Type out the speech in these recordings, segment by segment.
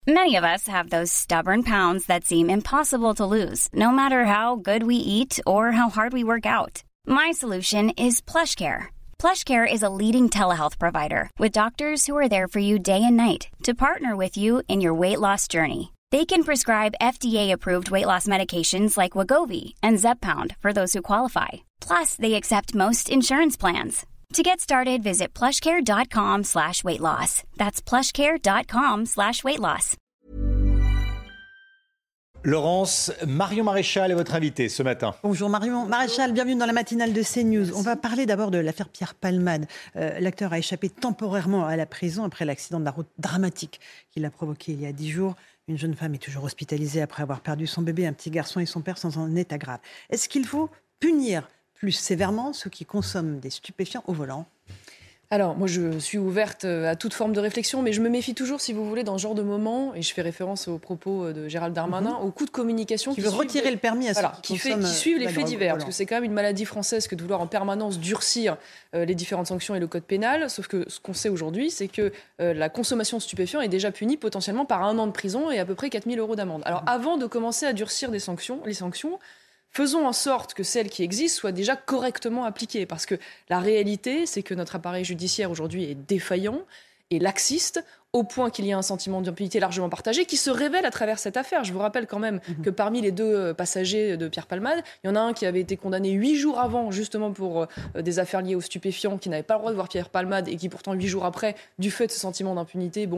Many of us have those stubborn pounds that seem impossible to lose, no matter how good we eat or how hard we work out. My solution is PlushCare. PlushCare is a leading telehealth provider with doctors who are there for you day and night to partner with you in your weight loss journey. They can prescribe FDA-approved weight loss medications like Wegovy and Zepbound for those who qualify. Plus, they accept most insurance plans. To get started, visit plushcare.com/weightloss. That's plushcare.com/weightloss. Laurence, Marion Maréchal est votre invitée ce matin. Bonjour Marion Maréchal, bienvenue dans la matinale de CNews. On va parler d'abord de l'affaire Pierre Palmade. L'acteur a échappé temporairement à la prison après l'accident de la route dramatique qu'il a provoqué il y a 10 jours. Une jeune femme est toujours hospitalisée après avoir perdu son bébé, un petit garçon et son père sont en état grave. Est-ce qu'il faut punir plus sévèrement ceux qui consomment des stupéfiants au volant ? Alors, moi, je suis ouverte à toute forme de réflexion, mais je me méfie toujours, si vous voulez, dans ce genre de moment, et je fais référence aux propos de Gérald Darmanin, aux coups de communication qui veut retirer le permis à ceux qui suivent les faits divers, parce que c'est quand même une maladie française que de vouloir en permanence durcir les différentes sanctions et le code pénal, sauf que ce qu'on sait aujourd'hui, c'est que la consommation de stupéfiants est déjà punie potentiellement par 1 an de prison et à peu près 4 000 € d'amende. Alors, avant de commencer à durcir les sanctions, faisons en sorte que celles qui existent soient déjà correctement appliquées. Parce que la réalité, c'est que notre appareil judiciaire aujourd'hui est défaillant et laxiste, au point qu'il y a un sentiment d'impunité largement partagé qui se révèle à travers cette affaire. Je vous rappelle quand même que parmi les 2 passagers de Pierre Palmade, il y en a un qui avait été condamné 8 jours avant, justement pour des affaires liées aux stupéfiants, qui n'avait pas le droit de voir Pierre Palmade et qui pourtant 8 jours après, du fait de ce sentiment d'impunité,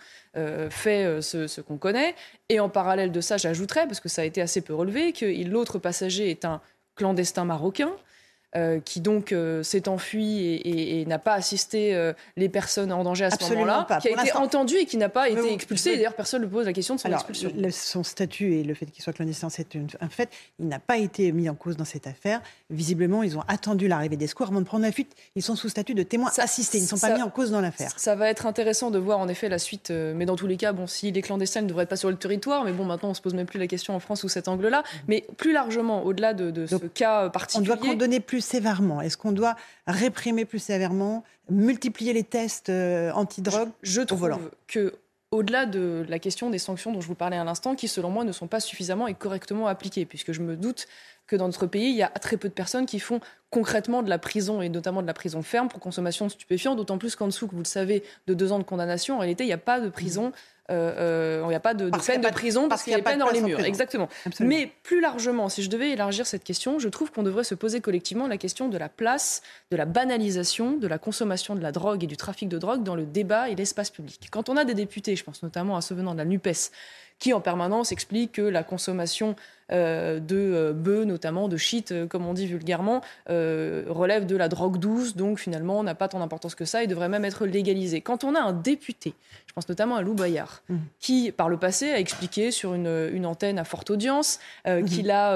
fait ce qu'on connaît. Et en parallèle de ça, j'ajouterais, parce que ça a été assez peu relevé, que l'autre passager est un clandestin marocain, qui donc s'est enfui et n'a pas assisté les personnes en danger à ce moment-là, qui a été entendu et qui n'a pas été expulsé. Et d'ailleurs, personne ne pose la question de son expulsion. Son statut et le fait qu'il soit clandestin, c'est un fait. Il n'a pas été mis en cause dans cette affaire. Visiblement, ils ont attendu l'arrivée des secours avant de prendre la fuite. Ils sont sous statut de témoins assistés. Ils ne sont pas mis en cause dans l'affaire. Ça va être intéressant de voir en effet la suite. Mais dans tous les cas, s'il est clandestin, il ne devrait être pas sur le territoire. Mais maintenant, on ne se pose même plus la question en France sous cet angle-là. Mais plus largement, au-delà de ce cas particulier... On doit condamner plus sévèrement. Est-ce qu'on doit réprimer plus sévèrement, multiplier les tests antidrogue Je trouve que au-delà de la question des sanctions dont je vous parlais à l'instant, qui selon moi ne sont pas suffisamment et correctement appliquées, puisque je me doute que dans notre pays, il y a très peu de personnes qui font concrètement de la prison, et notamment de la prison ferme pour consommation de stupéfiants, d'autant plus qu'en dessous, que vous le savez, de 2 ans de condamnation, en réalité, il n'y a pas de prison... il n'y a pas de peine de prison parce qu'il y a peine dans les murs. Exactement. Absolument. Mais plus largement, si je devais élargir cette question, je trouve qu'on devrait se poser collectivement la question de la place, de la banalisation, de la consommation de la drogue et du trafic de drogue dans le débat et l'espace public. Quand on a des députés, je pense notamment à ceux venant de la NUPES, qui en permanence expliquent que la consommation de bœufs, notamment de shit, comme on dit vulgairement, relève de la drogue douce, donc finalement n'a pas tant d'importance que ça et devrait même être légalisée. Quand on a un député, je pense notamment à Lou Bayard, qui par le passé a expliqué sur une antenne à forte audience qu'il a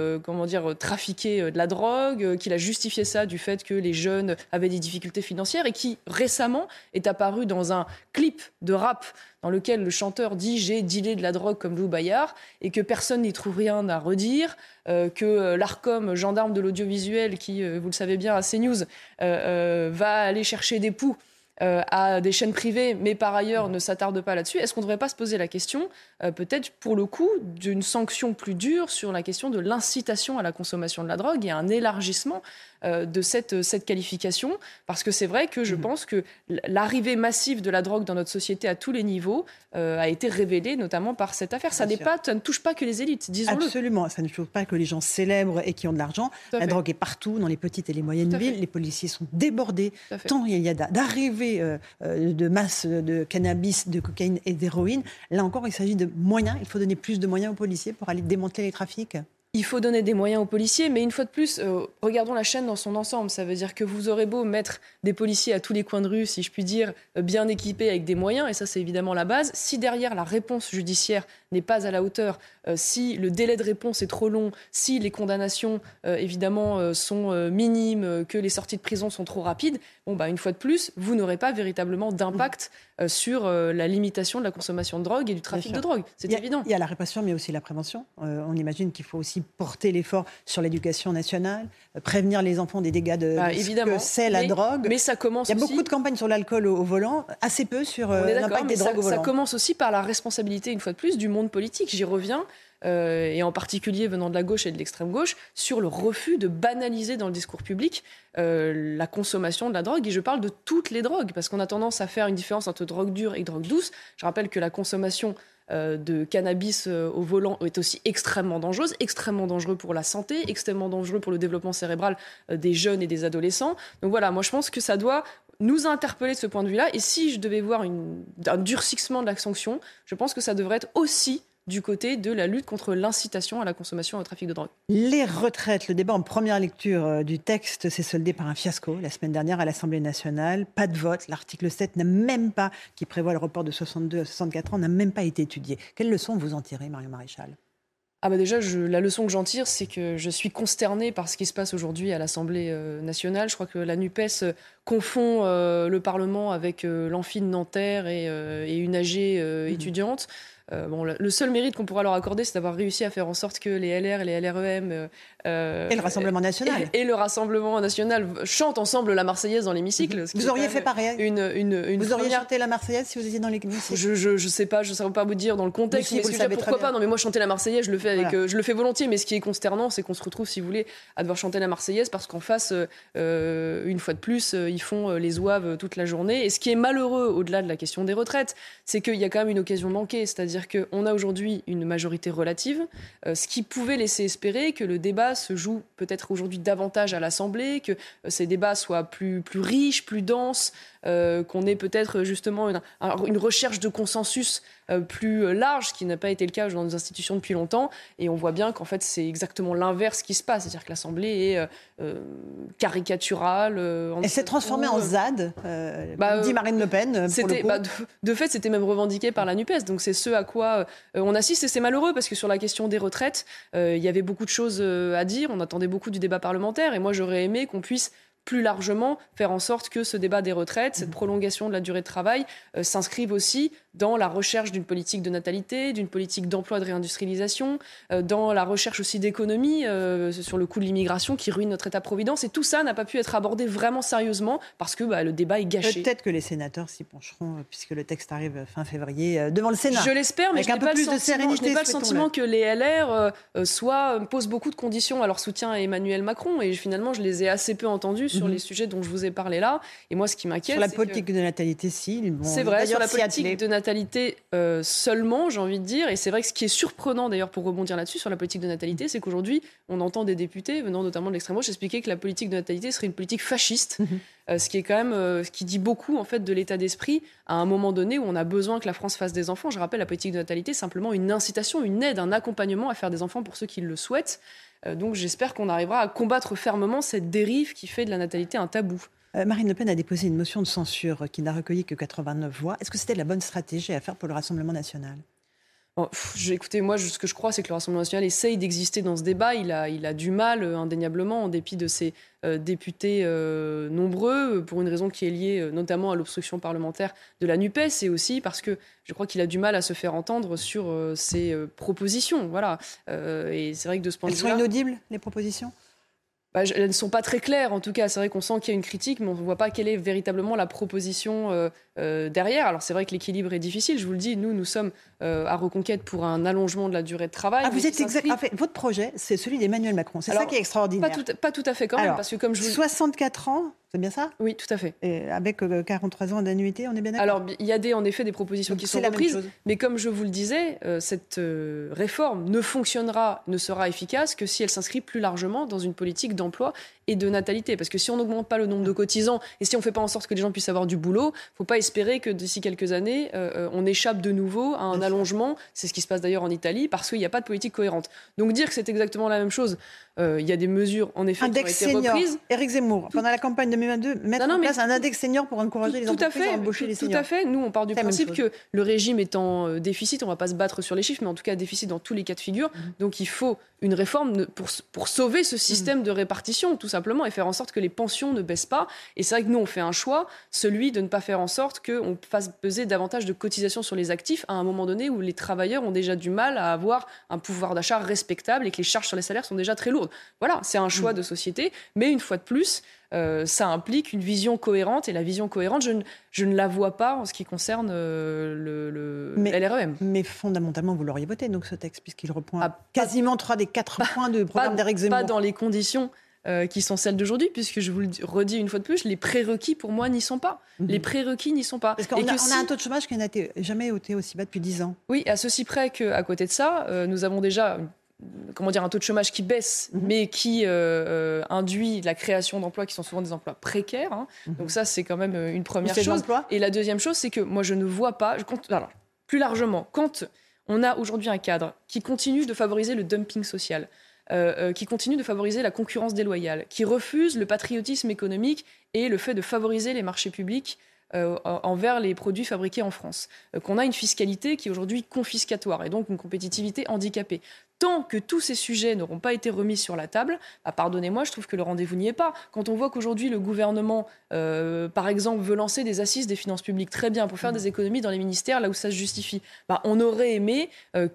trafiqué de la drogue, qu'il a justifié ça du fait que les jeunes avaient des difficultés financières et qui récemment est apparu dans un clip de rap dans lequel le chanteur dit « j'ai dealé de la drogue comme Lou Bayard » et que personne n'y trouve rien à redire, que l'ARCOM, gendarme de l'audiovisuel, qui, vous le savez bien, à CNews, va aller chercher des poux à des chaînes privées, mais par ailleurs ne s'attarde pas là-dessus. Est-ce qu'on ne devrait pas se poser la question, peut-être pour le coup, d'une sanction plus dure sur la question de l'incitation à la consommation de la drogue et un élargissement de cette qualification, parce que c'est vrai que je pense que l'arrivée massive de la drogue dans notre société à tous les niveaux a été révélée notamment par cette affaire. Ça ne touche pas que les élites, disons-le. Absolument, ça ne touche pas que les gens célèbres et qui ont de l'argent. La drogue est partout, dans les petites et les moyennes villes. Les policiers sont débordés, tant il y a d'arrivées de masse de cannabis, de cocaïne et d'héroïne. Là encore, il s'agit de moyens. Il faut donner plus de moyens aux policiers pour aller démanteler les trafics. Il faut donner des moyens aux policiers, mais une fois de plus, regardons la chaîne dans son ensemble. Ça veut dire que vous aurez beau mettre des policiers à tous les coins de rue, si je puis dire, bien équipés avec des moyens, et ça c'est évidemment la base. Si derrière la réponse judiciaire n'est pas à la hauteur, si le délai de réponse est trop long, si les condamnations évidemment sont minimes, que les sorties de prison sont trop rapides, une fois de plus, vous n'aurez pas véritablement d'impact sur la limitation de la consommation de drogue et du trafic de drogue. C'est évident. Il y a la répression, mais aussi la prévention. On imagine qu'il faut aussi aussi porter l'effort sur l'éducation nationale, prévenir les enfants des dégâts de ce que c'est la drogue. Mais ça commence. Il y a beaucoup de campagnes sur l'alcool au volant, assez peu sur l'impact des drogues au volant. Ça commence aussi par la responsabilité, une fois de plus, du monde politique. J'y reviens. Et en particulier venant de la gauche et de l'extrême gauche, sur le refus de banaliser dans le discours public la consommation de la drogue. Et je parle de toutes les drogues, parce qu'on a tendance à faire une différence entre drogue dure et drogue douce. Je rappelle que la consommation de cannabis au volant est aussi extrêmement dangereuse, extrêmement dangereux pour la santé, extrêmement dangereux pour le développement cérébral des jeunes et des adolescents. Donc voilà, moi je pense que ça doit nous interpeller de ce point de vue-là. Et si je devais voir un durcissement de la sanction, je pense que ça devrait être aussi du côté de la lutte contre l'incitation à la consommation et au trafic de drogue. Les retraites, le débat en première lecture du texte s'est soldé par un fiasco la semaine dernière à l'Assemblée nationale. Pas de vote, l'article 7 n'a même pas, qui prévoit le report de 62 à 64 ans, n'a même pas été étudié. Quelle leçon vous en tirez, Marion Maréchal ? Déjà, la leçon que j'en tire, c'est que je suis consternée par ce qui se passe aujourd'hui à l'Assemblée nationale. Je crois que la NUPES confond le Parlement avec l'amphi de Nanterre et une AG étudiante. Le seul mérite qu'on pourra leur accorder, c'est d'avoir réussi à faire en sorte que les LR et les LREM et le Rassemblement national et le Rassemblement national chantent ensemble la Marseillaise dans l'hémicycle. Vous auriez fait pareil. Vous auriez chanté la Marseillaise si vous étiez dans l'hémicycle. Je sais pas, je ne saurais pas vous dire dans le contexte. Mais si, pourquoi pas ? Non, mais moi chanter la Marseillaise, je le fais je le fais volontiers. Mais ce qui est consternant, c'est qu'on se retrouve, si vous voulez, à devoir chanter la Marseillaise parce qu'en face, une fois de plus, ils font les zouaves toute la journée. Et ce qui est malheureux, au-delà de la question des retraites, c'est qu'il y a quand même une occasion manquée, c'est-à-dire qu'on a aujourd'hui une majorité relative, ce qui pouvait laisser espérer que le débat se joue peut-être aujourd'hui davantage à l'Assemblée, que ces débats soient plus riches, plus denses, qu'on ait peut-être justement une recherche de consensus plus large, ce qui n'a pas été le cas dans nos institutions depuis longtemps. Et on voit bien qu'en fait, c'est exactement l'inverse qui se passe. C'est-à-dire que l'Assemblée est caricaturale. Elle s'est transformée en ZAD, dit Marine Le Pen. De fait, c'était même revendiqué par la NUPES. Donc c'est ce à quoi on assiste. Et c'est malheureux parce que sur la question des retraites, il y avait beaucoup de choses à dire. On attendait beaucoup du débat parlementaire. Et moi, j'aurais aimé qu'on puisse plus largement faire en sorte que ce débat des retraites, cette prolongation de la durée de travail, s'inscrive aussi dans la recherche d'une politique de natalité, d'une politique d'emploi, de réindustrialisation, dans la recherche aussi d'économie sur le coût de l'immigration qui ruine notre État-providence. Et tout ça n'a pas pu être abordé vraiment sérieusement parce que le débat est gâché. Peut-être que les sénateurs s'y pencheront, puisque le texte arrive fin février devant le Sénat. Je l'espère, mais je n'ai pas le sentiment que les LR posent beaucoup de conditions à leur soutien à Emmanuel Macron. Et finalement, je les ai assez peu entendus sur les sujets dont je vous ai parlé là. Et moi, ce qui m'inquiète, sur la politique de natalité, si. C'est vrai, sur la politique de natalité seulement, j'ai envie de dire. Et c'est vrai que ce qui est surprenant, d'ailleurs, pour rebondir là-dessus, sur la politique de natalité, c'est qu'aujourd'hui, on entend des députés, venant notamment de l'extrême gauche, expliquer que la politique de natalité serait une politique fasciste. Ce qui est quand même, ce qui dit beaucoup, en fait, de l'état d'esprit à un moment donné où on a besoin que la France fasse des enfants. Je rappelle, la politique de natalité, c'est simplement une incitation, une aide, un accompagnement à faire des enfants pour ceux qui le souhaitent. Donc j'espère qu'on arrivera à combattre fermement cette dérive qui fait de la natalité un tabou. Marine Le Pen a déposé une motion de censure qui n'a recueilli que 89 voix. Est-ce que c'était la bonne stratégie à faire pour le Rassemblement national ? Écoutez, moi, ce que je crois, c'est que le Rassemblement national essaye d'exister dans ce débat. Il a du mal, indéniablement, en dépit de ses députés nombreux, pour une raison qui est liée notamment à l'obstruction parlementaire de la NUPES, et aussi parce que je crois qu'il a du mal à se faire entendre sur ses propositions. Voilà. Et c'est vrai que de ce point de vue-là... Elles sont inaudibles, les propositions ? Elles ne sont pas très claires, en tout cas. C'est vrai qu'on sent qu'il y a une critique, mais on ne voit pas quelle est véritablement la proposition derrière. Alors c'est vrai que l'équilibre est difficile, je vous le dis. Nous sommes à Reconquête pour un allongement de la durée de travail. Vous êtes votre projet, c'est celui d'Emmanuel Macron. C'est ça qui est extraordinaire. Pas tout à fait quand même, parce que comme je vous... 64 ans, c'est bien ça ? Oui, tout à fait. Et avec 43 ans d'annuité, on est bien d'accord ? Alors, il y a en effet des propositions qui sont reprises, mais comme je vous le disais, cette réforme ne fonctionnera, ne sera efficace que si elle s'inscrit plus largement dans une politique d'emploi et de natalité. Parce que si on n'augmente pas le nombre de cotisants et si on ne fait pas en sorte que les gens puissent avoir du boulot, il ne faut pas espérer que d'ici quelques années, on échappe de nouveau à un allongement. C'est ce qui se passe d'ailleurs en Italie, parce qu'il n'y a pas de politique cohérente. Donc dire que c'est exactement la même chose, il y a des mesures, en effet, qui ont été reprises. Éric Zemmour, pendant la campagne 2022, mettre en place un index senior pour encourager les entreprises à embaucher les seniors. Tout à fait. Nous, on part du principe que le régime est en déficit. On ne va pas se battre sur les chiffres, mais en tout cas, déficit dans tous les cas de figure. Donc il faut une réforme pour sauver ce système de répartition, tout simplement. simplement, et faire en sorte que les pensions ne baissent pas. Et c'est vrai que nous, on fait un choix, celui de ne pas faire en sorte qu'on fasse peser davantage de cotisations sur les actifs à un moment donné où les travailleurs ont déjà du mal à avoir un pouvoir d'achat respectable et que les charges sur les salaires sont déjà très lourdes. Voilà, c'est un choix de société, mais une fois de plus, ça implique une vision cohérente, et la vision cohérente, je ne la vois pas en ce qui concerne le LREM. Mais fondamentalement, vous l'auriez voté, donc, ce texte, puisqu'il reprend quasiment 3 des 4 points de programme d'Éric Zemmour. Pas dans les conditions qui sont celles d'aujourd'hui, puisque je vous le redis une fois de plus, les prérequis pour moi n'y sont pas. Les prérequis n'y sont pas. Parce qu'on a un taux de chômage qui n'a jamais été aussi bas depuis 10 ans. Oui, à ceci près qu'à côté de ça, nous avons déjà un taux de chômage qui baisse, mais qui induit la création d'emplois qui sont souvent des emplois précaires. Hein. Donc ça, c'est quand même une première chose. Et la deuxième chose, c'est que moi, je ne vois pas... Alors, plus largement, quand on a aujourd'hui un cadre qui continue de favoriser le dumping social, qui continue de favoriser la concurrence déloyale, qui refuse le patriotisme économique et le fait de favoriser les marchés publics envers les produits fabriqués en France, qu'on a une fiscalité qui est aujourd'hui confiscatoire et donc une compétitivité handicapée. Tant que tous ces sujets n'auront pas été remis sur la table, pardonnez-moi, je trouve que le rendez-vous n'y est pas. Quand on voit qu'aujourd'hui le gouvernement, par exemple, veut lancer des assises des finances publiques, très bien, pour faire des économies dans les ministères là où ça se justifie, on aurait aimé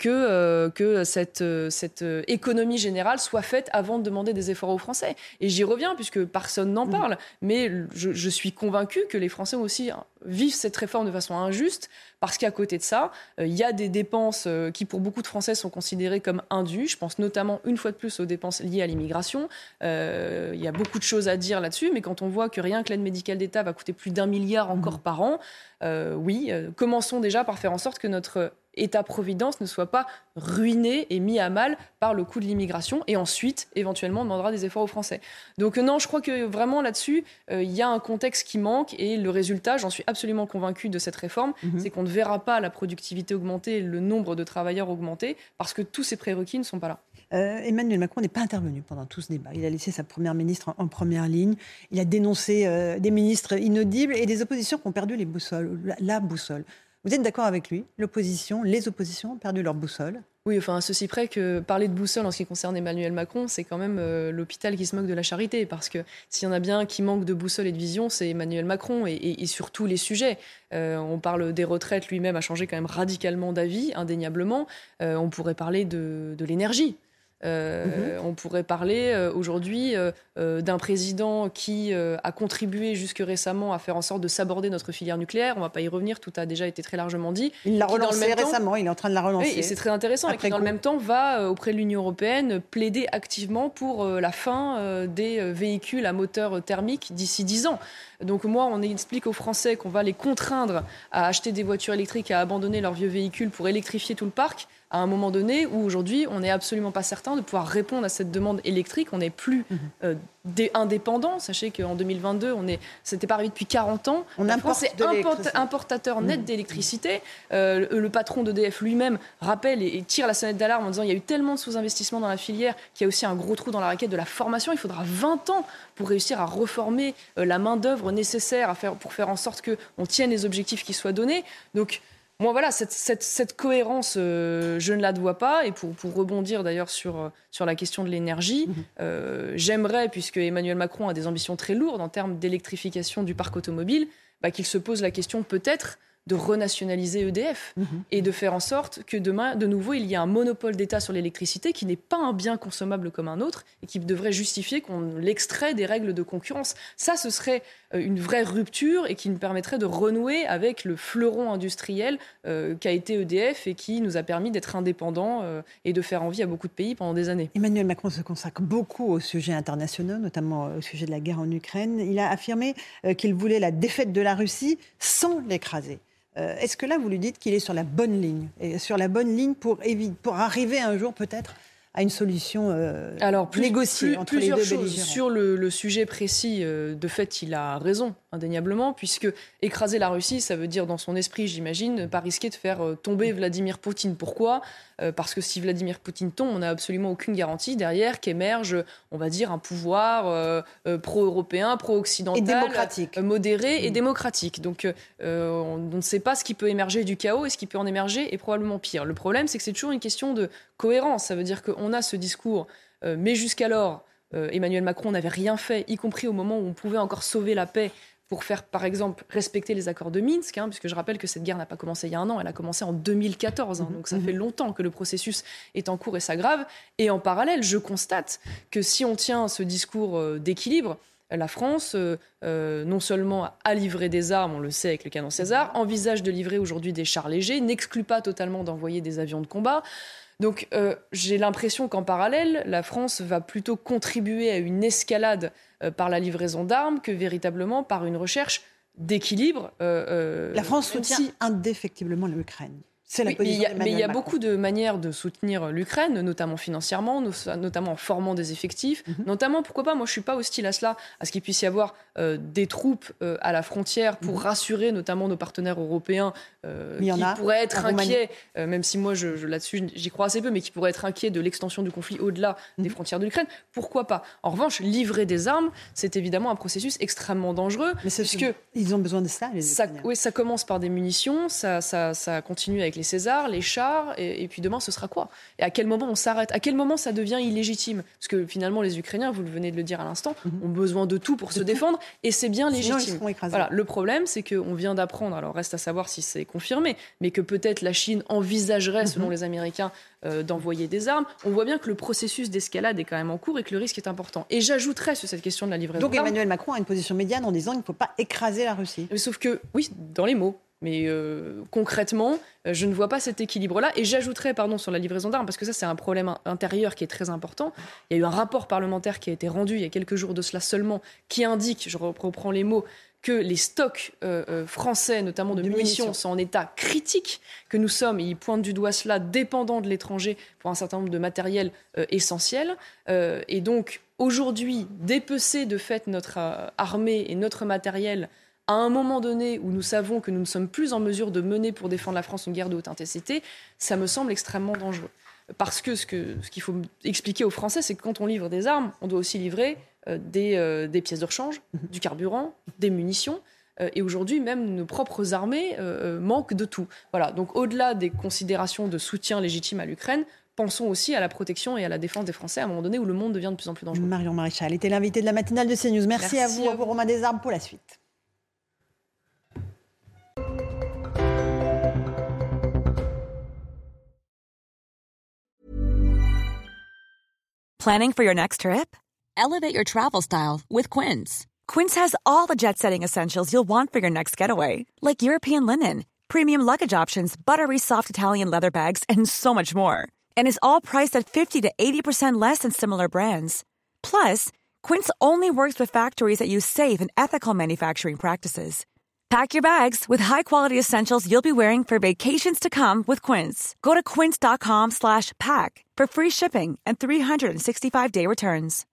que cette économie générale soit faite avant de demander des efforts aux Français. Et j'y reviens, puisque personne n'en parle, mais je suis convaincue que les Français aussi vivent cette réforme de façon injuste, parce qu'à côté de ça, il y a des dépenses qui, pour beaucoup de Français, sont considérées comme indues. Je pense notamment, une fois de plus, aux dépenses liées à l'immigration. Il y a beaucoup de choses à dire là-dessus, mais quand on voit que rien que l'aide médicale d'État va coûter plus d'1 milliard encore par an, commençons déjà par faire en sorte que notre État-providence ne soit pas ruiné et mis à mal par le coût de l'immigration, et ensuite, éventuellement, on demandera des efforts aux Français. Donc non, je crois que vraiment là-dessus, il y a un contexte qui manque, et le résultat, j'en suis absolument convaincue de cette réforme, c'est qu'on ne verra pas la productivité augmenter, le nombre de travailleurs augmenter, parce que tous ces prérequis ne sont pas là. Emmanuel Macron n'est pas intervenu pendant tout ce débat. Il a laissé sa première ministre en première ligne. Il a dénoncé des ministres inaudibles et des oppositions qui ont perdu la boussole. Vous êtes d'accord avec lui ? Les oppositions ont perdu leur boussole ? Oui, à ceci près que parler de boussole en ce qui concerne Emmanuel Macron, c'est quand même l'hôpital qui se moque de la charité. Parce que s'il y en a bien qui manque de boussole et de vision, c'est Emmanuel Macron, et sur tous les sujets. On parle des retraites, lui-même a changé quand même radicalement d'avis, indéniablement. On pourrait parler de l'énergie. On pourrait parler aujourd'hui d'un président qui a contribué jusque récemment à faire en sorte de saborder notre filière nucléaire. On ne va pas y revenir, tout a déjà été très largement dit. Il l'a relancée récemment, il est en train de la relancer. Oui, et c'est très intéressant, et qui dans le même temps va auprès de l'Union européenne plaider activement pour la fin des véhicules à moteur thermique d'ici 10 ans. Donc moi, on explique aux Français qu'on va les contraindre à acheter des voitures électriques, à abandonner leurs vieux véhicules pour électrifier tout le parc, à un moment donné où aujourd'hui, on n'est absolument pas certain de pouvoir répondre à cette demande électrique. On n'est plus indépendant. Sachez qu'en 2022, c'était pas arrivé depuis 40 ans. La France est importateur net d'électricité. Le patron d'EDF lui-même rappelle et tire la sonnette d'alarme en disant qu'il y a eu tellement de sous-investissements dans la filière qu'il y a aussi un gros trou dans la raquette de la formation. Il faudra 20 ans pour réussir à reformer la main-d'œuvre nécessaire pour faire en sorte qu'on tienne les objectifs qui soient donnés. Donc, moi, voilà, cette cohérence, je ne la vois pas. Et pour rebondir d'ailleurs sur la question de l'énergie, j'aimerais, puisque Emmanuel Macron a des ambitions très lourdes en termes d'électrification du parc automobile, qu'il se pose la question peut-être de renationaliser EDF et de faire en sorte que demain, de nouveau, il y ait un monopole d'État sur l'électricité qui n'est pas un bien consommable comme un autre et qui devrait justifier qu'on l'extrait des règles de concurrence. Ça, ce serait une vraie rupture et qui nous permettrait de renouer avec le fleuron industriel qu'a été EDF et qui nous a permis d'être indépendants et de faire envie à beaucoup de pays pendant des années. Emmanuel Macron se consacre beaucoup aux sujets internationaux, notamment au sujet de la guerre en Ukraine. Il a affirmé qu'il voulait la défaite de la Russie sans l'écraser. Est-ce que là, vous lui dites qu'il est sur la bonne ligne, et sur la bonne ligne pour arriver un jour peut-être à une solution négociée entre les deux belligérants? Sur le sujet précis, de fait, il a raison, indéniablement, puisque écraser la Russie, ça veut dire, dans son esprit, j'imagine, ne pas risquer de faire tomber Vladimir Poutine. Pourquoi ? Parce que si Vladimir Poutine tombe, on n'a absolument aucune garantie derrière qu'émerge, on va dire, un pouvoir pro-européen, pro-occidental, et démocratique. Modéré et démocratique. Donc on ne sait pas ce qui peut émerger du chaos, et ce qui peut en émerger est probablement pire. Le problème, c'est que c'est toujours une question de cohérence. Ça veut dire qu'on a ce discours, mais jusqu'alors, Emmanuel Macron n'avait rien fait, y compris au moment où on pouvait encore sauver la paix, pour faire, par exemple, respecter les accords de Minsk, puisque je rappelle que cette guerre n'a pas commencé il y a un an, elle a commencé en 2014, donc ça fait longtemps que le processus est en cours et s'aggrave. Et en parallèle, je constate que si on tient ce discours d'équilibre, la France, non seulement a livré des armes, on le sait avec le canon César, envisage de livrer aujourd'hui des chars légers, n'exclut pas totalement d'envoyer des avions de combat. Donc j'ai l'impression qu'en parallèle, la France va plutôt contribuer à une escalade par la livraison d'armes que véritablement par une recherche d'équilibre. La France soutient indéfectiblement l'Ukraine. C'est la position d'Emmanuel Macron. Mais il y a beaucoup de manières de soutenir l'Ukraine, notamment financièrement, notamment en formant des effectifs, notamment, pourquoi pas, moi je ne suis pas hostile à cela, à ce qu'il puisse y avoir des troupes à la frontière pour rassurer notamment nos partenaires européens qui pourraient être inquiets, même si moi là-dessus j'y crois assez peu, mais qui pourraient être inquiets de l'extension du conflit au-delà des frontières de l'Ukraine. Pourquoi pas ? En revanche, livrer des armes, c'est évidemment un processus extrêmement dangereux. Mais ils ont besoin de ça, les Ukrainiens. Oui, ça commence par des munitions, ça continue avec les Césars, les chars, et puis demain, ce sera quoi ? Et à quel moment on s'arrête ? À quel moment ça devient illégitime ? Parce que finalement, les Ukrainiens, vous venez de le dire à l'instant, ont besoin de tout pour se défendre, et c'est bien légitime. Sinon, ils seront écrasés. Voilà, le problème, c'est qu'on vient d'apprendre, alors reste à savoir si c'est confirmé, mais que peut-être la Chine envisagerait, selon les Américains, d'envoyer des armes. On voit bien que le processus d'escalade est quand même en cours et que le risque est important. Et j'ajouterais sur cette question de la livraison d'armes. Donc Emmanuel Macron a une position médiane en disant qu'il ne faut pas écraser la Russie. Sauf que, oui, dans les mots. Mais concrètement, je ne vois pas cet équilibre-là. Et j'ajouterais, sur la livraison d'armes, parce que ça, c'est un problème intérieur qui est très important. Il y a eu un rapport parlementaire qui a été rendu il y a quelques jours de cela seulement, qui indique, je reprends les mots, que les stocks français, notamment de munitions, sont en état critique, que nous sommes, et il pointe du doigt cela, dépendants de l'étranger pour un certain nombre de matériel essentiel. Et donc, aujourd'hui, dépecer de fait notre armée et notre matériel à un moment donné où nous savons que nous ne sommes plus en mesure de mener pour défendre la France une guerre de haute intensité, ça me semble extrêmement dangereux. Parce que ce qu'il faut expliquer aux Français, c'est que quand on livre des armes, on doit aussi livrer des pièces de rechange, du carburant, des munitions. Et aujourd'hui, même nos propres armées manquent de tout. Voilà. Donc au-delà des considérations de soutien légitime à l'Ukraine, pensons aussi à la protection et à la défense des Français à un moment donné où le monde devient de plus en plus dangereux. Marion Maréchal était l'invitée de la matinale de CNews. Merci à vous, Romain Desarmes, pour la suite. Planning for your next trip? Elevate your travel style with Quince. Quince has all the jet-setting essentials you'll want for your next getaway, like European linen, premium luggage options, buttery soft Italian leather bags, and so much more. And is all priced at 50 to 80% less than similar brands. Plus, Quince only works with factories that use safe and ethical manufacturing practices. Pack your bags with high-quality essentials you'll be wearing for vacations to come with Quince. Go to quince.com/pack for free shipping and 365-day returns.